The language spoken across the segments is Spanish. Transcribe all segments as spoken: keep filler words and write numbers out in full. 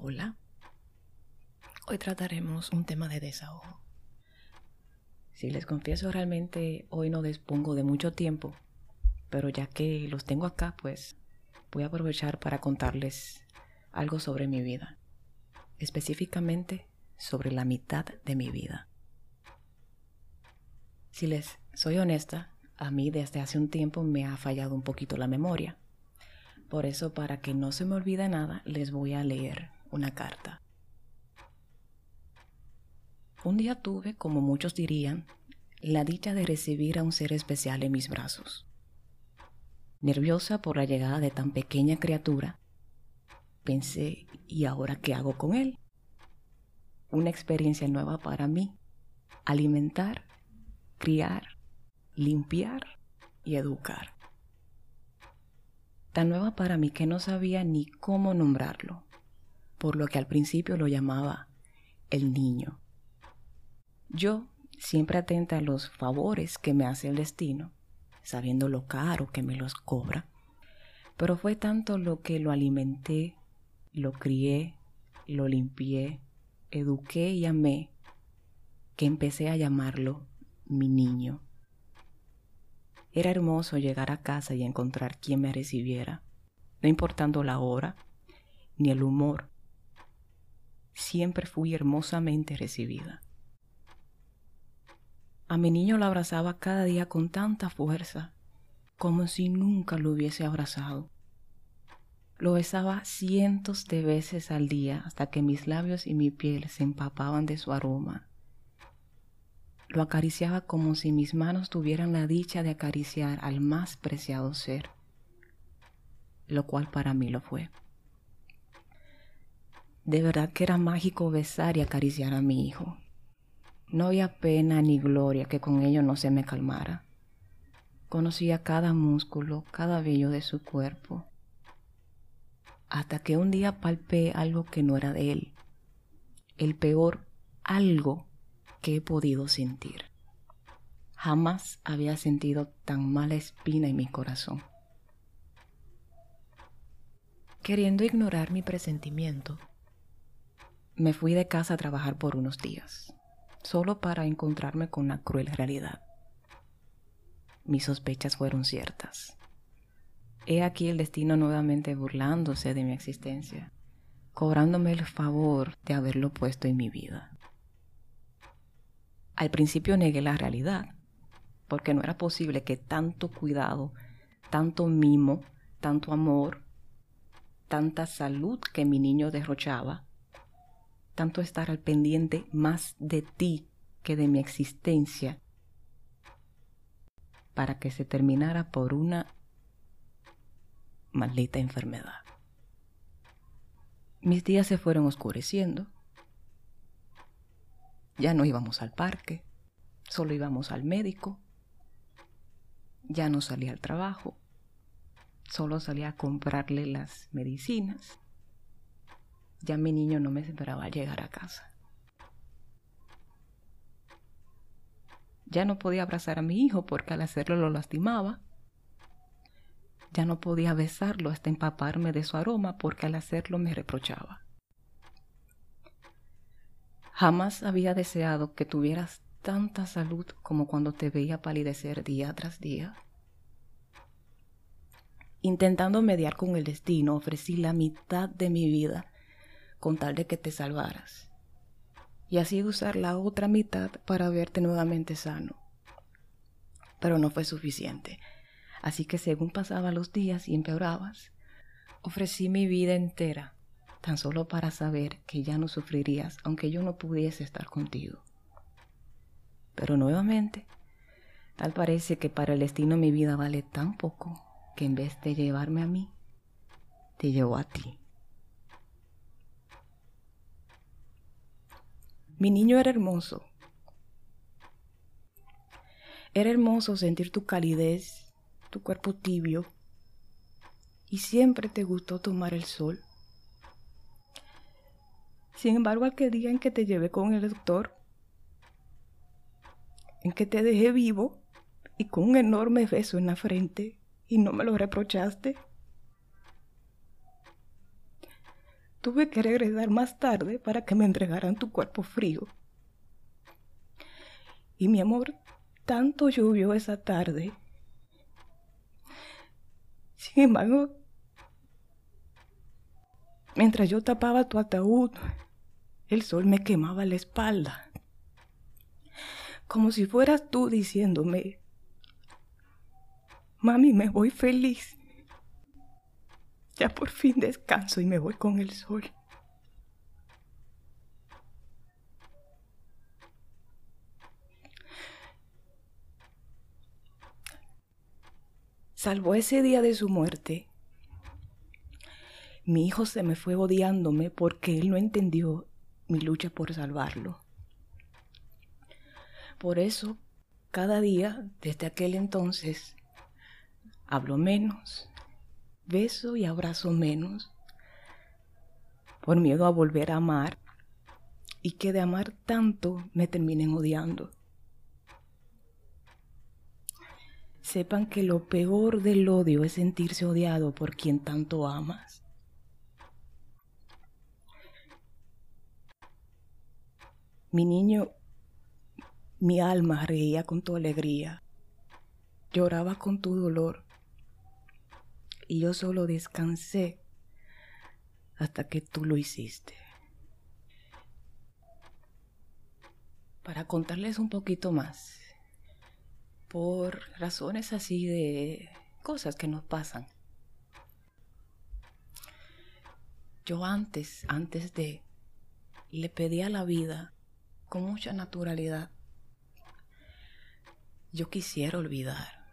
Hola, hoy trataremos un tema de desahogo. Si les confieso, realmente hoy no dispongo de mucho tiempo, pero ya que los tengo acá, pues voy a aprovechar para contarles algo sobre mi vida, específicamente sobre la mitad de mi vida. Si les soy honesta, a mí desde hace un tiempo me ha fallado un poquito la memoria. Por eso, para que no se me olvide nada, les voy a leer una carta. Un día tuve, como muchos dirían, la dicha de recibir a un ser especial en mis brazos. Nerviosa por la llegada de tan pequeña criatura, pensé, ¿y ahora qué hago con él? Una experiencia nueva para mí: alimentar, criar, limpiar y educar. Tan nueva para mí que no sabía ni cómo nombrarlo, por lo que al principio lo llamaba el niño. Yo, siempre atenta a los favores que me hace el destino, sabiendo lo caro que me los cobra, pero fue tanto lo que lo alimenté, lo crié, lo limpié, eduqué y amé, que empecé a llamarlo mi niño. Era hermoso llegar a casa y encontrar quien me recibiera, no importando la hora ni el humor. Siempre fui hermosamente recibida. A mi niño lo abrazaba cada día con tanta fuerza, como si nunca lo hubiese abrazado. Lo besaba cientos de veces al día hasta que mis labios y mi piel se empapaban de su aroma. Lo acariciaba como si mis manos tuvieran la dicha de acariciar al más preciado ser, lo cual para mí lo fue. De verdad que era mágico besar y acariciar a mi hijo. No había pena ni gloria que con ello no se me calmara. Conocía cada músculo, cada vello de su cuerpo, hasta que un día palpé algo que no era de él, el peor algo que he podido sentir. Jamás había sentido tan mala espina en mi corazón. Queriendo ignorar mi presentimiento, me fui de casa a trabajar por unos días, solo para encontrarme con la cruel realidad. Mis sospechas fueron ciertas. He aquí el destino nuevamente burlándose de mi existencia, cobrándome el favor de haberlo puesto en mi vida. Al principio negué la realidad, porque no era posible que tanto cuidado, tanto mimo, tanto amor, tanta salud que mi niño derrochaba, tanto estar al pendiente más de ti que de mi existencia, para que se terminara por una maldita enfermedad. Mis días se fueron oscureciendo. Ya no íbamos al parque, solo íbamos al médico. Ya no salía al trabajo, solo salía a comprarle las medicinas. Ya mi niño no me esperaba llegar a casa. Ya no podía abrazar a mi hijo porque al hacerlo lo lastimaba. Ya no podía besarlo hasta empaparme de su aroma porque al hacerlo me reprochaba. Jamás había deseado que tuvieras tanta salud como cuando te veía palidecer día tras día. Intentando mediar con el destino, ofrecí la mitad de mi vida con tal de que te salvaras, y así usar la otra mitad para verte nuevamente sano. Pero no fue suficiente, así que según pasaban los días y empeorabas, ofrecí mi vida entera, tan solo para saber que ya no sufrirías aunque yo no pudiese estar contigo. Pero nuevamente, tal parece que para el destino mi vida vale tan poco que en vez de llevarme a mí, te llevó a ti. Mi niño era hermoso. Era hermoso sentir tu calidez, tu cuerpo tibio, y siempre te gustó tomar el sol. Sin embargo, aquel día en que te llevé con el doctor, en que te dejé vivo y con un enorme beso en la frente y no me lo reprochaste, tuve que regresar más tarde para que me entregaran tu cuerpo frío. Y mi amor, tanto llovió esa tarde. Sin embargo, mientras yo tapaba tu ataúd, el sol me quemaba la espalda, como si fueras tú diciéndome: mami, me voy feliz. Ya por fin descanso y me voy con el sol. Salvo ese día de su muerte, mi hijo se me fue odiándome porque él no entendió mi lucha por salvarlo. Por eso, cada día, desde aquel entonces, hablo menos, beso y abrazo menos, por miedo a volver a amar y que de amar tanto me terminen odiando. Sepan que lo peor del odio es sentirse odiado por quien tanto amas. Mi niño, mi alma reía con tu alegría, lloraba con tu dolor, y yo solo descansé hasta que tú lo hiciste. Para contarles un poquito más, por razones así de cosas que nos pasan. Yo antes, antes de, le pedí a la vida con mucha naturalidad: yo quisiera olvidar.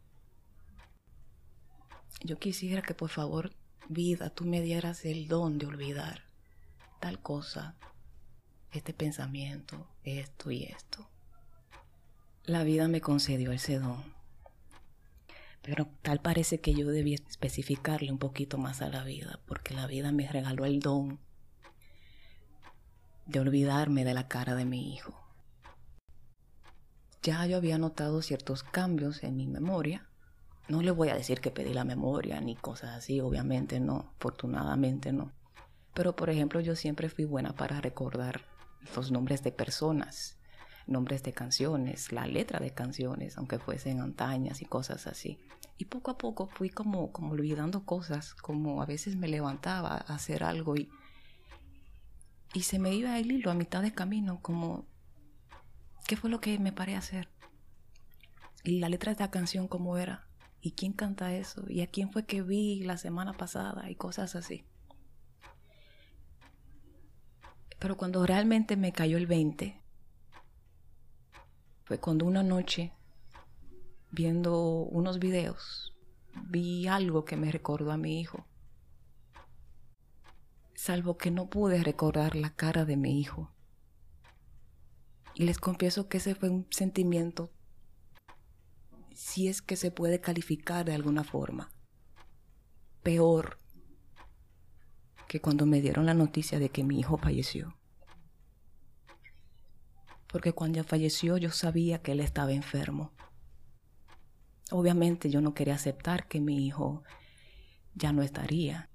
Yo quisiera que por favor, vida, tú me dieras el don de olvidar tal cosa, este pensamiento, esto y esto. La vida me concedió ese don, pero tal parece que yo debía especificarle un poquito más a la vida, porque la vida me regaló el don de olvidarme de la cara de mi hijo. Ya yo había notado ciertos cambios en mi memoria. No le voy a decir que pedí la memoria ni cosas así, obviamente no, afortunadamente no. Pero por ejemplo, yo siempre fui buena para recordar los nombres de personas, nombres de canciones, la letra de canciones, aunque fuesen antañas y cosas así. Y poco a poco fui como, como olvidando cosas, como a veces me levantaba a hacer algo y, y se me iba el hilo a mitad de camino, como, ¿qué fue lo que me paré a hacer? Y la letra de esta canción, ¿cómo era? ¿Y quién canta eso? ¿Y a quién fue que vi la semana pasada? Y cosas así. Pero cuando realmente me cayó el veinte, fue cuando una noche, viendo unos videos, vi algo que me recordó a mi hijo. Salvo que no pude recordar la cara de mi hijo. Y les confieso que ese fue un sentimiento, si es que se puede calificar de alguna forma, peor que cuando me dieron la noticia de que mi hijo falleció. Porque cuando falleció yo sabía que él estaba enfermo. Obviamente yo no quería aceptar que mi hijo ya no estaría.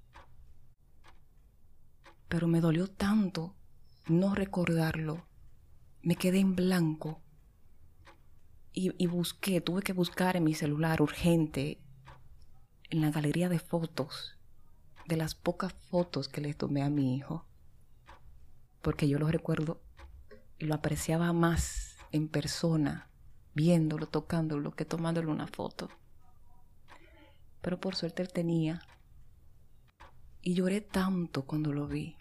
Pero me dolió tanto no recordarlo. Me quedé en blanco. Y, y busqué, tuve que buscar en mi celular urgente, en la galería de fotos, de las pocas fotos que le tomé a mi hijo. Porque yo lo recuerdo, lo apreciaba más en persona, viéndolo, tocándolo, que tomándole una foto. Pero por suerte él tenía. Y lloré tanto cuando lo vi.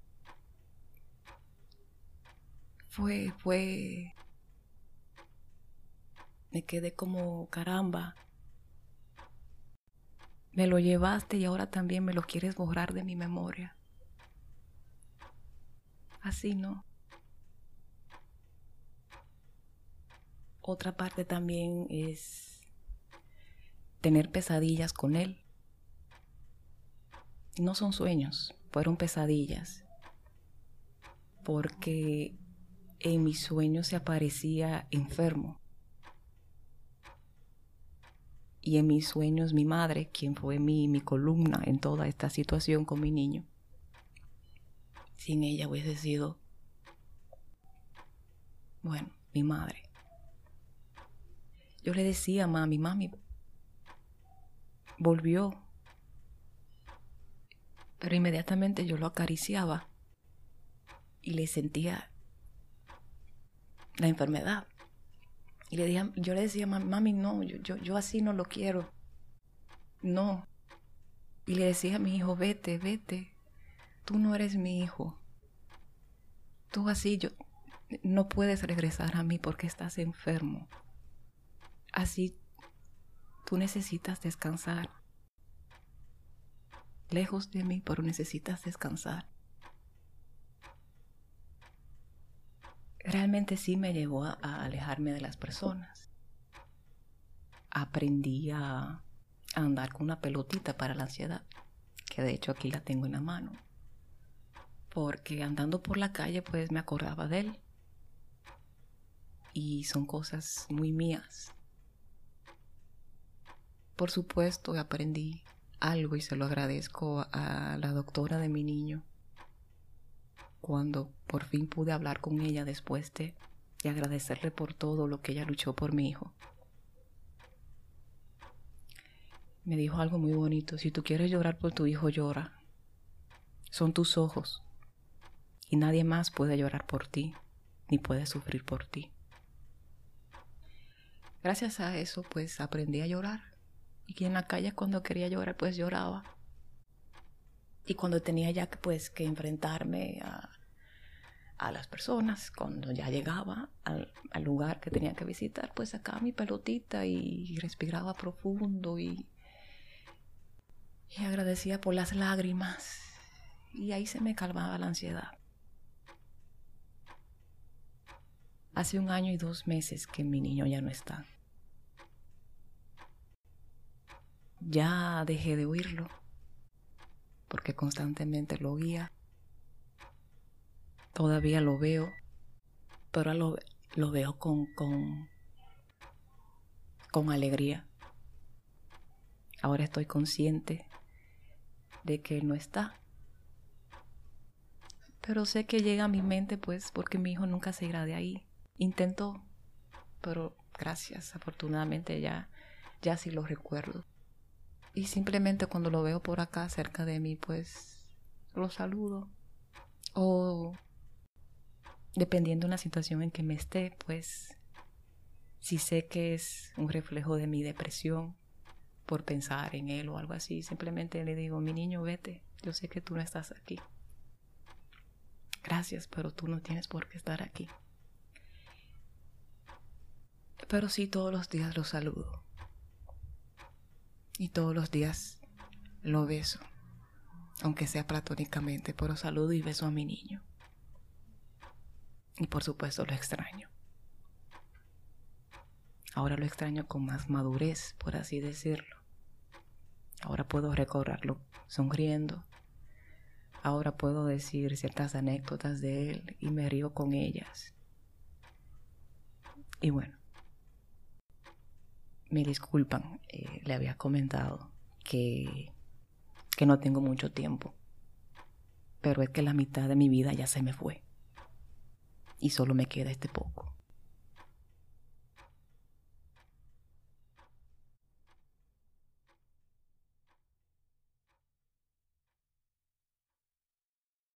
Fue, fue... Me quedé como, caramba. Me lo llevaste y ahora también me lo quieres borrar de mi memoria. Así no. Otra parte también es tener pesadillas con él. No son sueños, fueron pesadillas. Porque en mis sueños se aparecía enfermo. Y en mis sueños mi madre, quien fue mi, mi columna en toda esta situación con mi niño, sin ella hubiese sido, bueno, mi madre. Yo le decía a mami, mami, volvió. Pero inmediatamente yo lo acariciaba y le sentía la enfermedad. Y le dije, yo le decía, mami, no, yo, yo, yo así no lo quiero. No. Y le decía a mi hijo, vete, vete. Tú no eres mi hijo. Tú así, yo, no puedes regresar a mí porque estás enfermo. Así, tú necesitas descansar. Lejos de mí, pero necesitas descansar. Realmente sí me llevó a, a alejarme de las personas. Aprendí a, a andar con una pelotita para la ansiedad, que de hecho aquí la tengo en la mano. Porque andando por la calle pues me acordaba de él. Y son cosas muy mías. Por supuesto aprendí algo y se lo agradezco a la doctora de mi niño. Cuando por fin pude hablar con ella después de, de agradecerle por todo lo que ella luchó por mi hijo. Me dijo algo muy bonito, si tú quieres llorar por tu hijo, llora. Son tus ojos y nadie más puede llorar por ti, ni puede sufrir por ti. Gracias a eso, pues aprendí a llorar. Y en la calle cuando quería llorar, pues lloraba. Y cuando tenía ya pues que enfrentarme a, a las personas, cuando ya llegaba al, al lugar que tenía que visitar, pues sacaba mi pelotita y respiraba profundo y, y agradecía por las lágrimas. Y ahí se me calmaba la ansiedad. Hace un año y dos meses que mi niño ya no está. Ya dejé de oírlo, porque constantemente lo oía. Todavía lo veo, pero lo, lo veo con, con, con alegría. Ahora estoy consciente de que él no está. Pero sé que llega a mi mente, pues, porque mi hijo nunca se irá de ahí. Intentó, pero gracias, afortunadamente ya, ya sí lo recuerdo. Y simplemente cuando lo veo por acá cerca de mí, pues lo saludo. O dependiendo de la situación en que me esté, pues si sé que es un reflejo de mi depresión por pensar en él o algo así, simplemente le digo, mi niño, vete, yo sé que tú no estás aquí. Gracias, pero tú no tienes por qué estar aquí. Pero sí, todos los días lo saludo. Y todos los días lo beso, aunque sea platónicamente, pero saludo y beso a mi niño. Y por supuesto lo extraño. Ahora lo extraño con más madurez, por así decirlo. Ahora puedo recordarlo sonriendo. Ahora puedo decir ciertas anécdotas de él y me río con ellas. Y bueno, me disculpan, eh, le había comentado que, que no tengo mucho tiempo, pero es que la mitad de mi vida ya se me fue y solo me queda este poco.